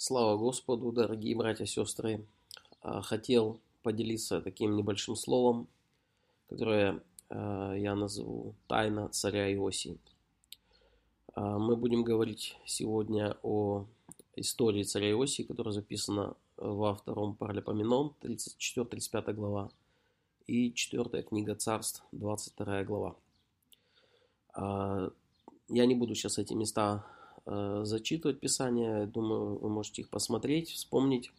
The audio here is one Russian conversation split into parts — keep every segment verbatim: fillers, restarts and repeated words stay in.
Слава Господу, дорогие братья и сестры. А, Хотел поделиться таким небольшим словом, которое а, я назову «Тайна царя Иосии». А, Мы будем говорить сегодня о истории царя Иосии, которая записана во втором Паралипоменон, тридцать четвёртая тридцать пятая глава, и четвертая книга Царств, двадцать вторая глава. А, Я не буду сейчас эти места э, зачитывать Писание, думаю, вы можете их посмотреть, вспомнить.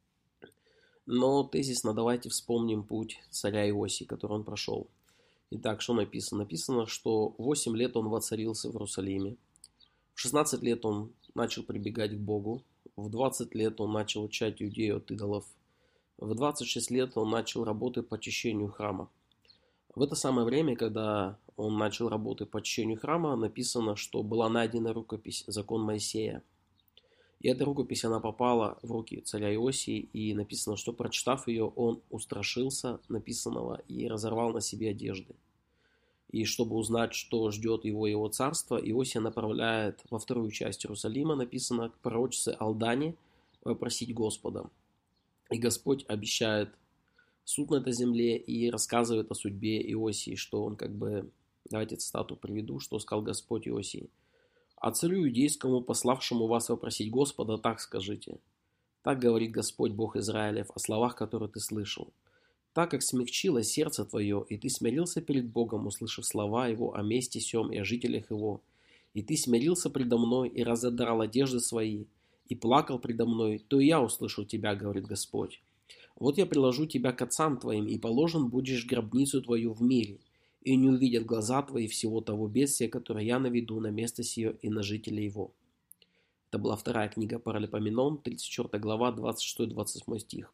Но тезисно давайте вспомним путь царя Иосии, который он прошел. Итак, что написано? Написано, что восемь лет он воцарился в Иерусалиме. В шестнадцать лет он начал прибегать к Богу. В двадцать лет он начал учать иудею от идолов. В двадцать шесть лет он начал работы по очищению храма. В это самое время, когда он начал работы по очищению храма, написано, что была найдена рукопись «Закон Моисея». И эта рукопись, она попала в руки царя Иосии, и написано, что, прочитав ее, он устрашился написанного и разорвал на себе одежды. И чтобы узнать, что ждет его его царство, Иосия направляет во вторую часть Иерусалима, написано, к пророчице Алдане вопросить Господа. И Господь обещает суд на этой земле и рассказывает о судьбе Иосии, что он как бы, давайте цитату приведу, что сказал Господь Иосии. «А царю иудейскому, пославшему вас вопросить Господа, так скажите. Так говорит Господь Бог Израилев о словах, которые ты слышал. Так как смягчилось сердце твое, и ты смирился перед Богом, услышав слова Его о месте сем и о жителях Его, и ты смирился предо мной и разодрал одежды свои, и плакал предо мной, то и я услышу тебя, говорит Господь. Вот я приложу тебя к отцам твоим, и положен будешь гробницу твою в мире, и не увидят глаза твои всего того бедствия, которое я наведу на место сие и на жителей его». Это была вторая книга Паралипоменон, тридцать четвёртая глава, двадцать шестой двадцать восьмой стих.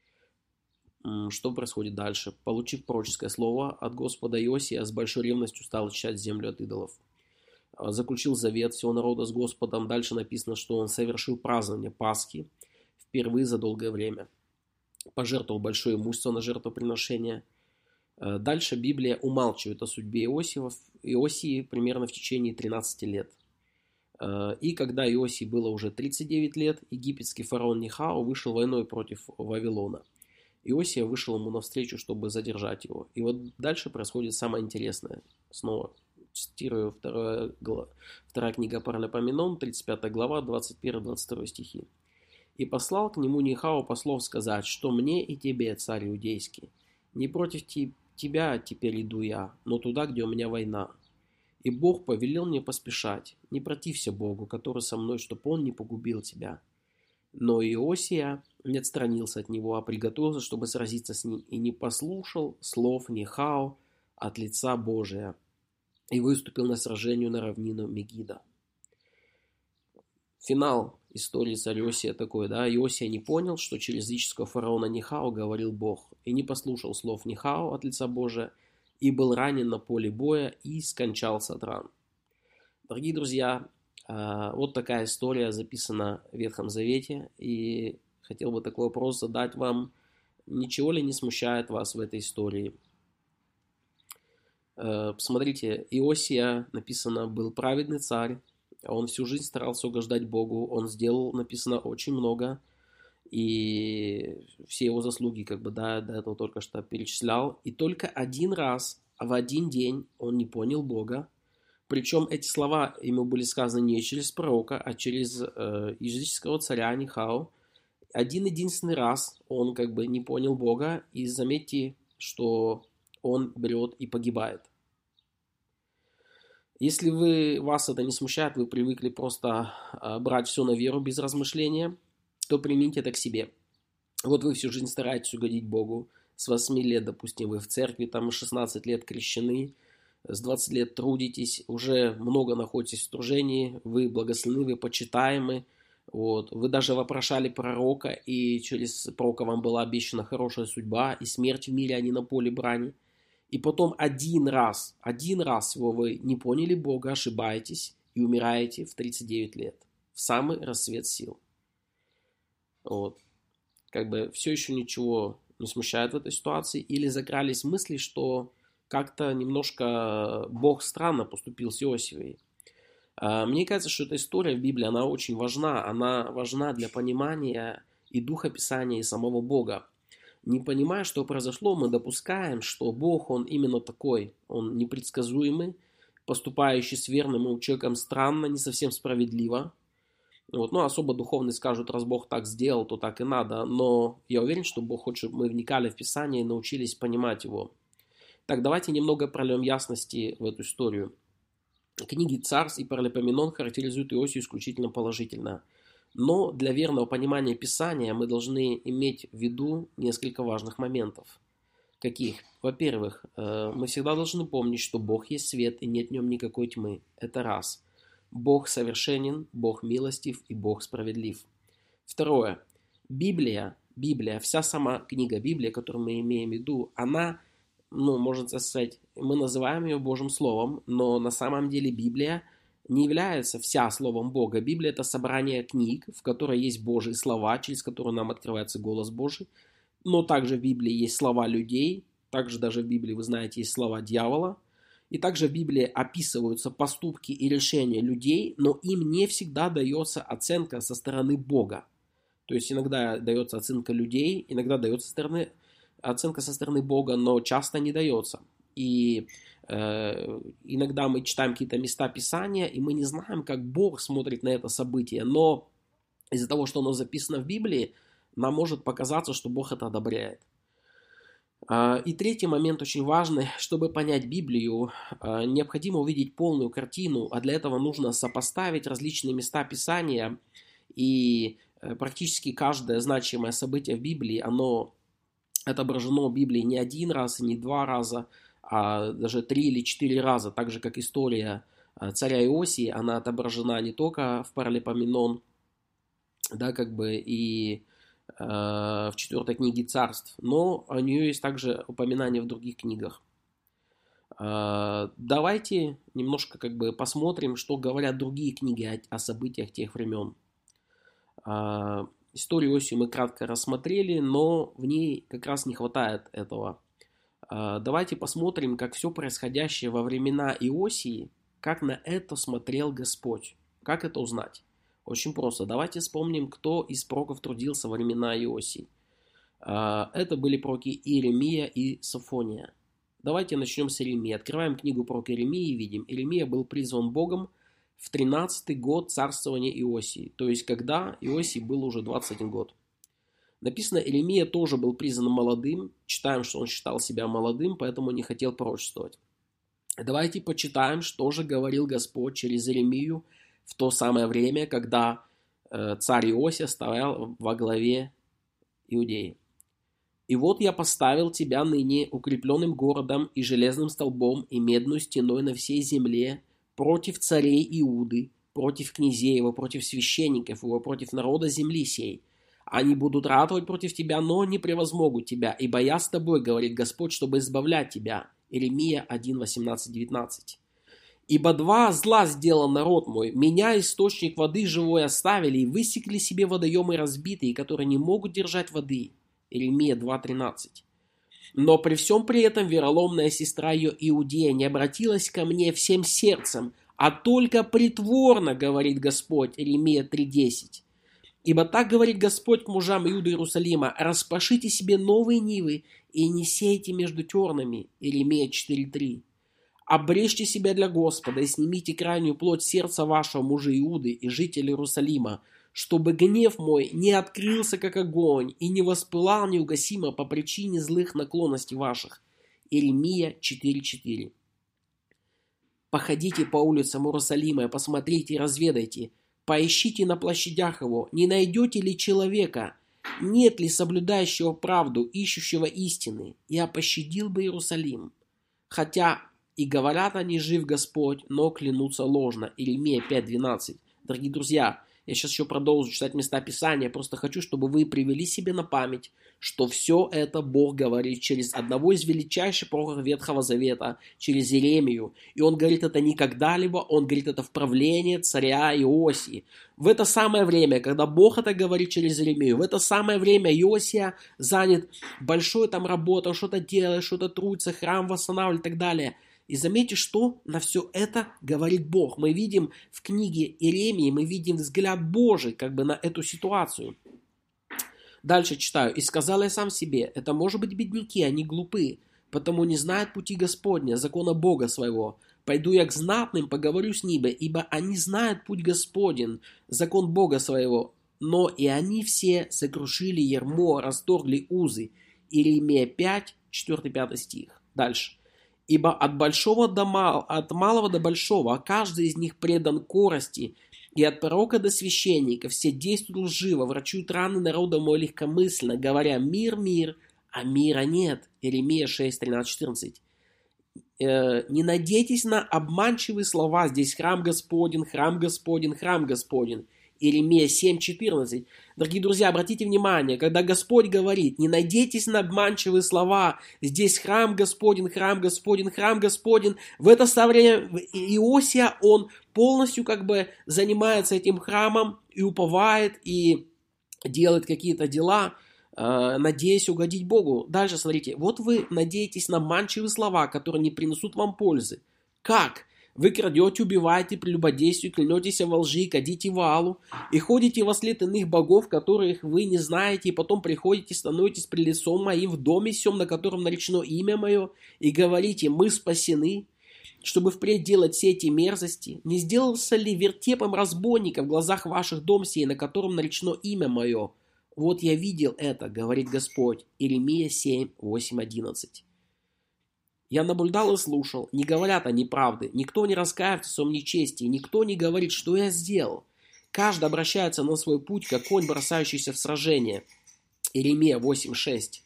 Что происходит дальше? Получив пророческое слово от Господа, Иосия с большой ревностью стал очищать землю от идолов. Заключил завет всего народа с Господом. Дальше написано, что он совершил празднование Пасхи впервые за долгое время. Пожертвовал большое имущество на жертвоприношение. Дальше Библия умалчивает о судьбе Иосии, Иосии примерно в течение тринадцати лет. И когда Иосии было уже тридцать девять лет, египетский фараон Нехао вышел войной против Вавилона. Иосия вышел ему навстречу, чтобы задержать его. И вот дальше происходит самое интересное. Снова цитирую вторая, глава, вторая книга Паралипоменон, тридцать пятая глава, двадцать первый двадцать второй стихи. «И послал к нему Нехао послов сказать, что мне и тебе, царь иудейский, не против тебя теперь иду я, но туда, где у меня война. И Бог повелел мне поспешать, не протився Богу, который со мной, чтоб он не погубил тебя». Но Иосия не отстранился от него, а приготовился, чтобы сразиться с ним, и не послушал слов Нехао от лица Божия, и выступил на сражению на равнину Мегида. Финал истории царя Иосия такой, да, Иосия не понял, что через языческого фараона Нехао говорил Бог, и не послушал слов Нехао от лица Божия, и был ранен на поле боя, и скончался от ран. Дорогие друзья, вот такая история записана в Ветхом Завете, и хотел бы такой вопрос задать вам, ничего ли не смущает вас в этой истории? Посмотрите, Иосия, написано, был праведный царь, он всю жизнь старался угождать Богу, он сделал, написано, очень много, и все его заслуги, как бы, да, до этого только что перечислял, и только один раз, в один день он не понял Бога. Причем эти слова ему были сказаны не через пророка, а через э, языческого царя Нехао. Один-единственный раз он как бы не понял Бога, и заметьте, что он берет и погибает. Если вы, вас это не смущает, вы привыкли просто э, брать все на веру без размышления, то примите это к себе. Вот вы всю жизнь стараетесь угодить Богу. С восьми лет, допустим, вы в церкви, там шестнадцать лет крещены, с двадцати лет трудитесь, уже много находитесь в служении, вы благословены, вы почитаемы, вот. Вы даже вопрошали пророка, и через пророка вам была обещана хорошая судьба, и смерть в мире, а не на поле брани. И потом один раз, один раз всего вы не поняли Бога, ошибаетесь и умираете в тридцать девять лет, в самый расцвет сил. Вот. Как бы все еще ничего не смущает в этой ситуации, или закрались мысли, что как-то немножко Бог странно поступил с Иосией. Мне кажется, что эта история в Библии, она очень важна. Она важна для понимания и духа Писания, и самого Бога. Не понимая, что произошло, мы допускаем, что Бог, Он именно такой. Он непредсказуемый, поступающий с верным человеком странно, не совсем справедливо. Вот. Ну, особо духовные скажут, раз Бог так сделал, то так и надо. Но я уверен, что Бог хочет, чтобы мы вникали в Писание и научились понимать Его. Так, давайте немного прольем ясности в эту историю. Книги Царств и Паралипоменон характеризуют Иосию исключительно положительно. Но для верного понимания Писания мы должны иметь в виду несколько важных моментов. Каких? Во-первых, мы всегда должны помнить, что Бог есть свет и нет в нем никакой тьмы. Это раз. Бог совершенен, Бог милостив и Бог справедлив. Второе. Библия, Библия, вся сама книга Библия, которую мы имеем в виду, она, ну, можно сказать, мы называем ее Божьим Словом, но на самом деле Библия не является вся Словом Бога. Библия – это собрание книг, в которой есть Божьи слова, через которые нам открывается голос Божий. Но также в Библии есть слова людей, также даже в Библии, вы знаете, есть слова дьявола. И также в Библии описываются поступки и решения людей, но им не всегда дается оценка со стороны Бога. То есть иногда дается оценка людей, иногда дается стороны, оценка со стороны Бога, но часто не дается. И э, иногда мы читаем какие-то места Писания, и мы не знаем, как Бог смотрит на это событие. Но из-за того, что оно записано в Библии, нам может показаться, что Бог это одобряет. И третий момент очень важный. Чтобы понять Библию, необходимо увидеть полную картину, а для этого нужно сопоставить различные места Писания. И практически каждое значимое событие в Библии, оно отображено в Библии не один раз и не два раза, а даже три или четыре раза. Так же, как история царя Иосии, она отображена не только в Паралипоменон, да, как бы и в четвертой книге Царств, но у нее есть также упоминания в других книгах. Давайте немножко как бы посмотрим, что говорят другие книги о, о событиях тех времен. Историю Иосии мы кратко рассмотрели, но в ней как раз не хватает этого. Давайте посмотрим, как все происходящее во времена Иосии, как на это смотрел Господь. Как это узнать? Очень просто. Давайте вспомним, кто из пророков трудился во времена Иосии. Это были пророки Иеремия и Софония. Давайте начнем с Иеремии. Открываем книгу пророка Иеремии и видим. Иеремия был призван Богом в тринадцатый год царствования Иосии. То есть, когда Иосии был уже двадцать один год. Написано, Иеремия тоже был призван молодым. Читаем, что он считал себя молодым, поэтому не хотел пророчествовать. Давайте почитаем, что же говорил Господь через Иеремию в то самое время, когда э, царь Иосия стоял во главе Иудеи. «И вот я поставил тебя ныне укрепленным городом и железным столбом и медную стеной на всей земле против царей Иуды, против князей его, против священников его, против народа земли сей. Они будут ратовать против тебя, но не превозмогут тебя, ибо я с тобой, говорит Господь, чтобы избавлять тебя». Иеремия один, восемнадцать, девятнадцать. «Ибо два зла сделал народ мой, меня, источник воды живой, оставили, и высекли себе водоемы разбитые, которые не могут держать воды». Иеремия два, тринадцать. «Но при всем при этом вероломная сестра ее Иудея не обратилась ко мне всем сердцем, а только притворно, говорит Господь». Иеремия три, десять. «Ибо так говорит Господь к мужам Иуды и Иерусалима, распашите себе новые нивы и не сейте между тернами». Иеремия четыре, три. «Обрежьте себя для Господа и снимите крайнюю плоть сердца вашего, мужа Иуды и жителей Иерусалима, чтобы гнев мой не открылся, как огонь, и не воспылал неугасимо по причине злых наклонностей ваших». Иеремия четыре, четыре. «Походите по улицам Иерусалима, посмотрите и разведайте, поищите на площадях его, не найдете ли человека, нет ли соблюдающего правду, ищущего истины, я пощадил бы Иерусалим. Хотя и говорят они, жив Господь, но клянутся ложно». Иеремия пять, двенадцать. Дорогие друзья, я сейчас еще продолжу читать места Писания, просто хочу, чтобы вы привели себе на память, что все это Бог говорит через одного из величайших пророков Ветхого Завета, через Иеремию. И он говорит это не когда-либо, он говорит это в правлении царя Иосии. В это самое время, когда Бог это говорит через Иеремию, в это самое время Иосия занят большой там работой, что-то делает, что-то трудится, храм восстанавливает и так далее. И заметьте, что на все это говорит Бог. Мы видим в книге Иеремии, мы видим взгляд Божий как бы на эту ситуацию. Дальше читаю. «И сказал я сам себе, это может быть бедняки, они глупы, потому не знают пути Господня, закона Бога своего. Пойду я к знатным, поговорю с ними, ибо они знают путь Господень, закон Бога своего. Но и они все сокрушили ярмо, расторгли узы». Иеремия пять, четыре-пятый стих. Дальше. «Ибо от большого до мал, от малого до большого, а каждый из них предан корости, и от пророка до священника все действуют лживо, врачуют раны народа мой легкомысленно, говоря: мир, мир, а мира нет». Иеремия шесть, тринадцать, четырнадцать. «Не надейтесь на обманчивые слова, здесь храм Господень, храм Господень, храм Господень». Иеремия семь, четырнадцать. Дорогие друзья, обратите внимание, когда Господь говорит: не надейтесь на обманчивые слова, здесь храм Господень, храм Господень, храм Господень, в это время Иосия, он полностью как бы занимается этим храмом и уповает, и делает какие-то дела, надеясь угодить Богу. Дальше смотрите, вот вы надеетесь на обманчивые слова, которые не принесут вам пользы. Как? Вы крадете, убиваете, прелюбодействуете, клянетесь во лжи, кадите Ваалу, и ходите во след иных богов, которых вы не знаете, и потом приходите, становитесь пред лицом моим в доме сем, на котором наречено имя мое, и говорите: мы спасены, чтобы впредь делать все эти мерзости. Не сделался ли вертепом разбойника в глазах ваших дом сей, на котором наречено имя мое? Вот я видел это, говорит Господь. Иеремия семь, восемь, одиннадцать. Я наблюдал и слушал, не говорят они правды, никто не раскаивается в своем нечестии, никто не говорит, что я сделал. Каждый обращается на свой путь, как конь, бросающийся в сражение. Иеремия восемь, шесть.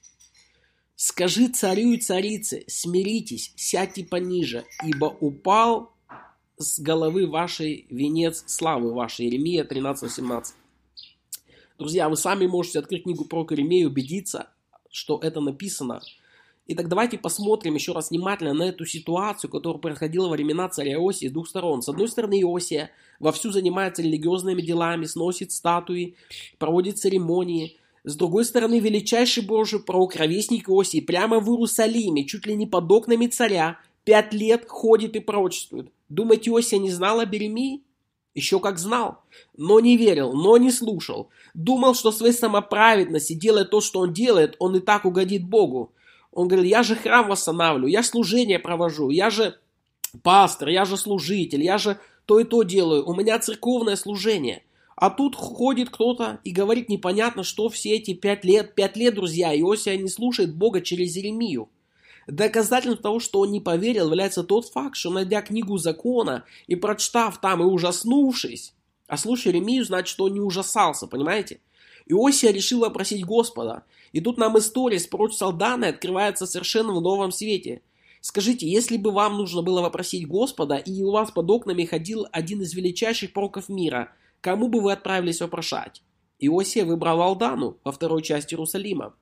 «Скажи царю и царице, смиритесь, сядьте пониже, ибо упал с головы вашей венец славы вашей». Иеремия тринадцать, восемнадцать. Друзья, вы сами можете открыть книгу про Иеремию и убедиться, что это написано. Итак, давайте посмотрим еще раз внимательно на эту ситуацию, которая происходила во времена царя Иосии с двух сторон. С одной стороны, Иосия вовсю занимается религиозными делами, сносит статуи, проводит церемонии. С другой стороны, величайший Божий пророк, ровесник Иосии, прямо в Иерусалиме, чуть ли не под окнами царя, пять лет ходит и пророчествует. Думаете, Иосия не знал об Иеремии? Еще как знал, но не верил, но не слушал. Думал, что в своей самоправедности, делая то, что он делает, он и так угодит Богу. Он говорил: я же храм восстанавливаю, я служение провожу, я же пастор, я же служитель, я же то и то делаю, у меня церковное служение. А тут ходит кто-то и говорит непонятно, что все эти пять лет. Пять лет, друзья, Иосия не слушает Бога через Иеремию. Доказательством того, что он не поверил, является тот факт, что, найдя книгу закона и прочитав там и ужаснувшись, а слушая Иеремию, значит, что он не ужасался, понимаете? Иосия решил вопросить Господа. И тут нам история с пророчеством данной открывается совершенно в новом свете. Скажите, если бы вам нужно было вопросить Господа, и у вас под окнами ходил один из величайших пророков мира, кому бы вы отправились вопрошать? Иосия выбрал Алдану во второй части Иерусалима.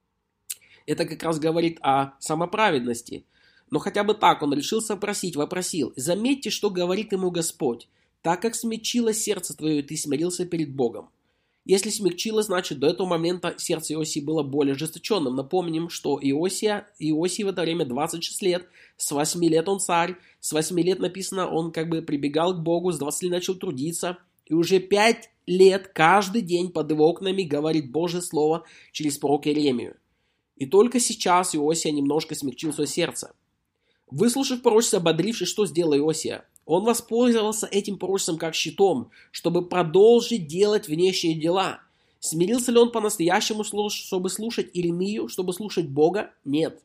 Это как раз говорит о самоправедности. Но хотя бы так он решился просить, вопросил. Заметьте, что говорит ему Господь. Так как смягчилось сердце твое, и ты смирился перед Богом. Если смягчилось, значит, до этого момента сердце Иосии было более ожесточенным. Напомним, что Иосия, Иосии в это время двадцать шесть лет, с восьми лет он царь, с восьми лет написано, он как бы прибегал к Богу, с двадцати лет начал трудиться, и уже пять лет каждый день под его окнами говорит Божье Слово через пророка Иеремию. И только сейчас Иосия немножко смягчил свое сердце. Выслушав пророчество, ободрившись, что сделал Иосия? Он воспользовался этим пророчеством как щитом, чтобы продолжить делать внешние дела. Смирился ли он по-настоящему, чтобы слушать Иеремию, чтобы слушать Бога? Нет.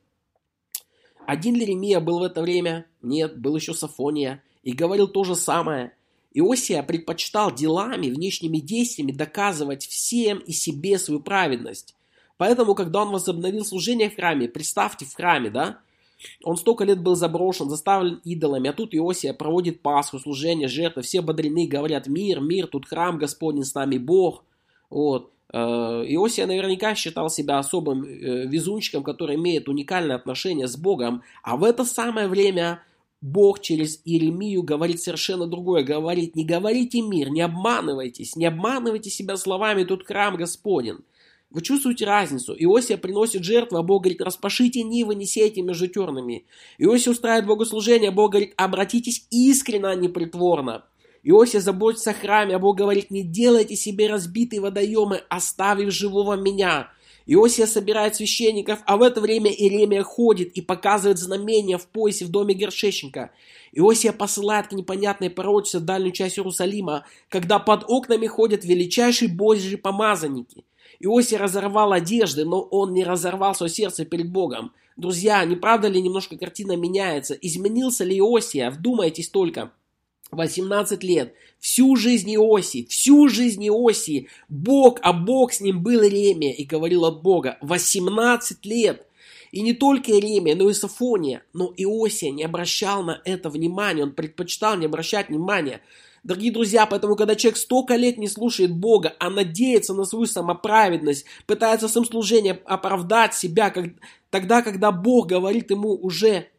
Один ли Иеремия был в это время? Нет, был еще Софония и говорил то же самое. Иосия предпочитал делами, внешними действиями доказывать всем и себе свою праведность. Поэтому, когда он возобновил служение в храме, представьте, в храме, да, он столько лет был заброшен, заставлен идолами, а тут Иосия проводит Пасху, служение, жертвы, все бодрены, говорят: мир, мир, тут храм Господень, с нами Бог. Вот. Иосия наверняка считал себя особым везунчиком, который имеет уникальное отношение с Богом, а в это самое время Бог через Иеремию говорит совершенно другое, говорит: не говорите мир, не обманывайтесь, не обманывайте себя словами, тут храм Господень. Вы чувствуете разницу? Иосия приносит жертву, а Бог говорит, распашите нивы, не сейте между тернами. Иосия устраивает богослужение, а Бог говорит, обратитесь искренно, а не притворно. Иосия заботится о храме, а Бог говорит, не делайте себе разбитые водоемы, оставив живого меня. Иосия собирает священников, а в это время Иеремия ходит и показывает знамения в поясе в доме горшечника. Иосия посылает к непонятной пророчице в дальнюю часть Иерусалима, когда под окнами ходят величайшие Божьи помазанники. Иосия разорвал одежды, но он не разорвал свое сердце перед Богом. Друзья, не правда ли немножко картина меняется? Изменился ли Иосия? Вдумайтесь только. восемнадцать лет, всю жизнь Иосии, всю жизнь Иосии, Бог, а Бог с ним был Иеремия и говорил от Бога. восемнадцать лет. И не только Иеремия, но и Софония. Но Иосия не обращал на это внимания, он предпочитал не обращать внимания. Дорогие друзья, поэтому, когда человек столько лет не слушает Бога, а надеется на свою самоправедность, пытается своим служением оправдать себя, как, тогда, когда Бог говорит ему уже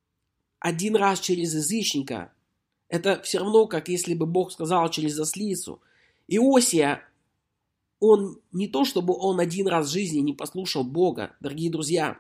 один раз через язычника, это все равно, как если бы Бог сказал через ослицу. Иосия, он не то, чтобы он один раз в жизни не послушал Бога, дорогие друзья.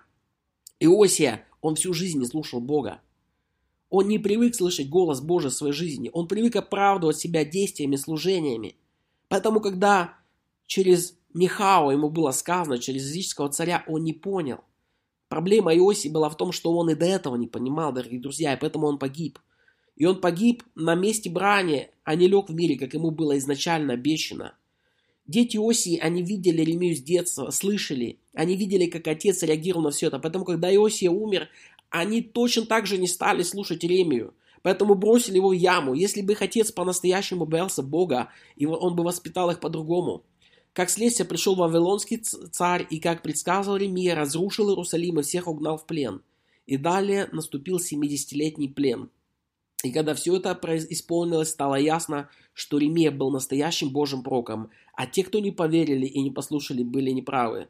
Иосия, он всю жизнь не слушал Бога. Он не привык слышать голос Божий в своей жизни. Он привык оправдывать себя действиями, служениями. Поэтому, когда через Нехао ему было сказано, через языческого царя, он не понял. Проблема Иосии была в том, что он и до этого не понимал, дорогие друзья, и поэтому он погиб. И он погиб на месте брани, а не лег в мире, как ему было изначально обещано. Дети Иосии, они видели Иеремию с детства, слышали. Они видели, как отец реагировал на все это. Поэтому, когда Иосия умер, они точно так же не стали слушать Иеремию. Поэтому бросили его в яму. Если бы их отец по-настоящему боялся Бога, он бы воспитал их по-другому. Как следствие, пришел вавилонский царь, и, как предсказывал Иеремия, разрушил Иерусалим и всех угнал в плен. И далее наступил семидесятилетний плен. И когда все это исполнилось, стало ясно, что Иеремия был настоящим Божьим пророком, а те, кто не поверили и не послушали, были неправы.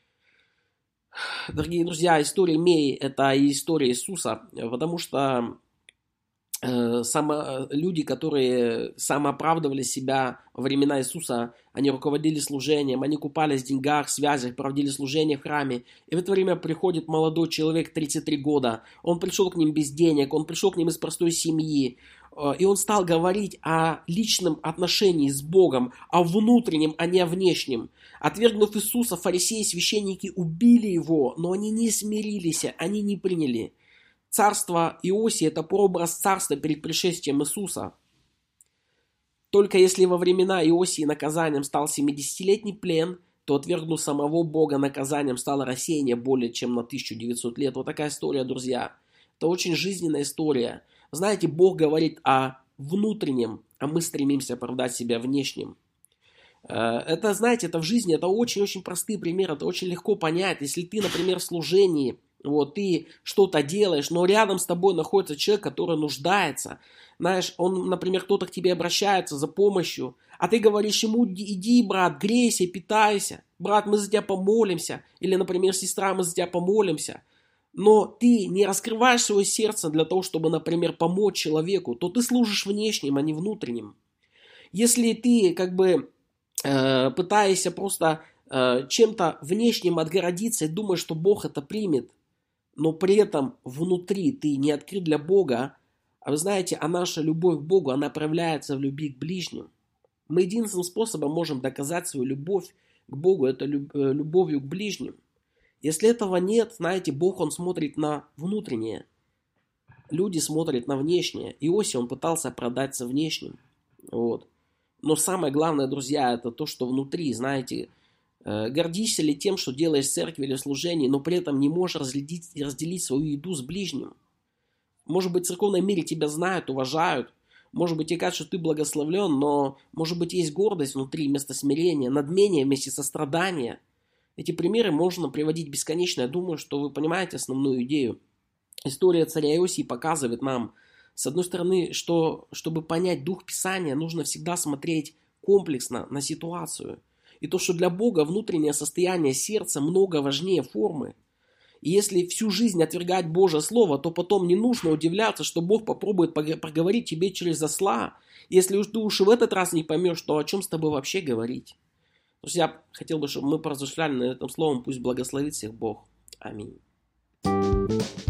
Дорогие друзья, история Иеремии – это и история Иисуса, потому что э, само, люди, которые самооправдывали себя во времена Иисуса, они руководили служением, они купались в деньгах, связях, проводили служение в храме. И в это время приходит молодой человек, тридцать три года, он пришел к ним без денег, он пришел к ним из простой семьи, и он стал говорить о личном отношении с Богом, о внутреннем, а не о внешнем. Отвергнув Иисуса, фарисеи и священники убили его, но они не смирились, они не приняли. Царство Иосии – это прообраз царства перед пришествием Иисуса. Только если во времена Иосии наказанием стал семидесятилетний плен, то, отвергнув самого Бога, наказанием стало рассеяние более чем на тысячу девятьсот лет. Вот такая история, друзья. Это очень жизненная история. Знаете, Бог говорит о внутреннем, а мы стремимся оправдать себя внешним. Это, знаете, это в жизни, это очень-очень простые примеры, это очень легко понять. Если ты, например, в служении, вот, ты что-то делаешь, но рядом с тобой находится человек, который нуждается. Знаешь, он, например, кто-то к тебе обращается за помощью, а ты говоришь ему: иди, брат, грейся, питайся. Брат, мы за тебя помолимся. Или, например, сестра, мы за тебя помолимся. Но ты не раскрываешь свое сердце для того, чтобы, например, помочь человеку, то ты служишь внешним, а не внутренним. Если ты, как бы, э, пытаешься просто э, чем-то внешним отгородиться и думаешь, что Бог это примет, но при этом внутри ты не открыт для Бога, а вы знаете, а наша любовь к Богу, она проявляется в любви к ближним. Мы единственным способом можем доказать свою любовь к Богу, это любовью к ближним. Если этого нет, знаете, Бог, Он смотрит на внутреннее. Люди смотрят на внешнее. Иосия, он пытался продаться внешним. Вот. Но самое главное, друзья, это то, что внутри, знаете, гордишься ли тем, что делаешь в церкви или в служении, но при этом не можешь разделить, разделить свою еду с ближним. Может быть, в церковном мире тебя знают, уважают. Может быть, тебе кажется, что ты благословлен, но, может быть, есть гордость внутри вместо смирения, надмение вместе сострадания. Эти примеры можно приводить бесконечно. Я думаю, что вы понимаете основную идею. История царя Иосии показывает нам, с одной стороны, что, чтобы понять дух Писания, нужно всегда смотреть комплексно на ситуацию. И то, что для Бога внутреннее состояние сердца много важнее формы. И если всю жизнь отвергать Божье Слово, то потом не нужно удивляться, что Бог попробует проговорить тебе через осла. Если уж ты уж в этот раз не поймешь, то о чем с тобой вообще говорить. Друзья, хотел бы, чтобы мы поразмышляли над этим словом. Пусть благословит всех Бог. Аминь.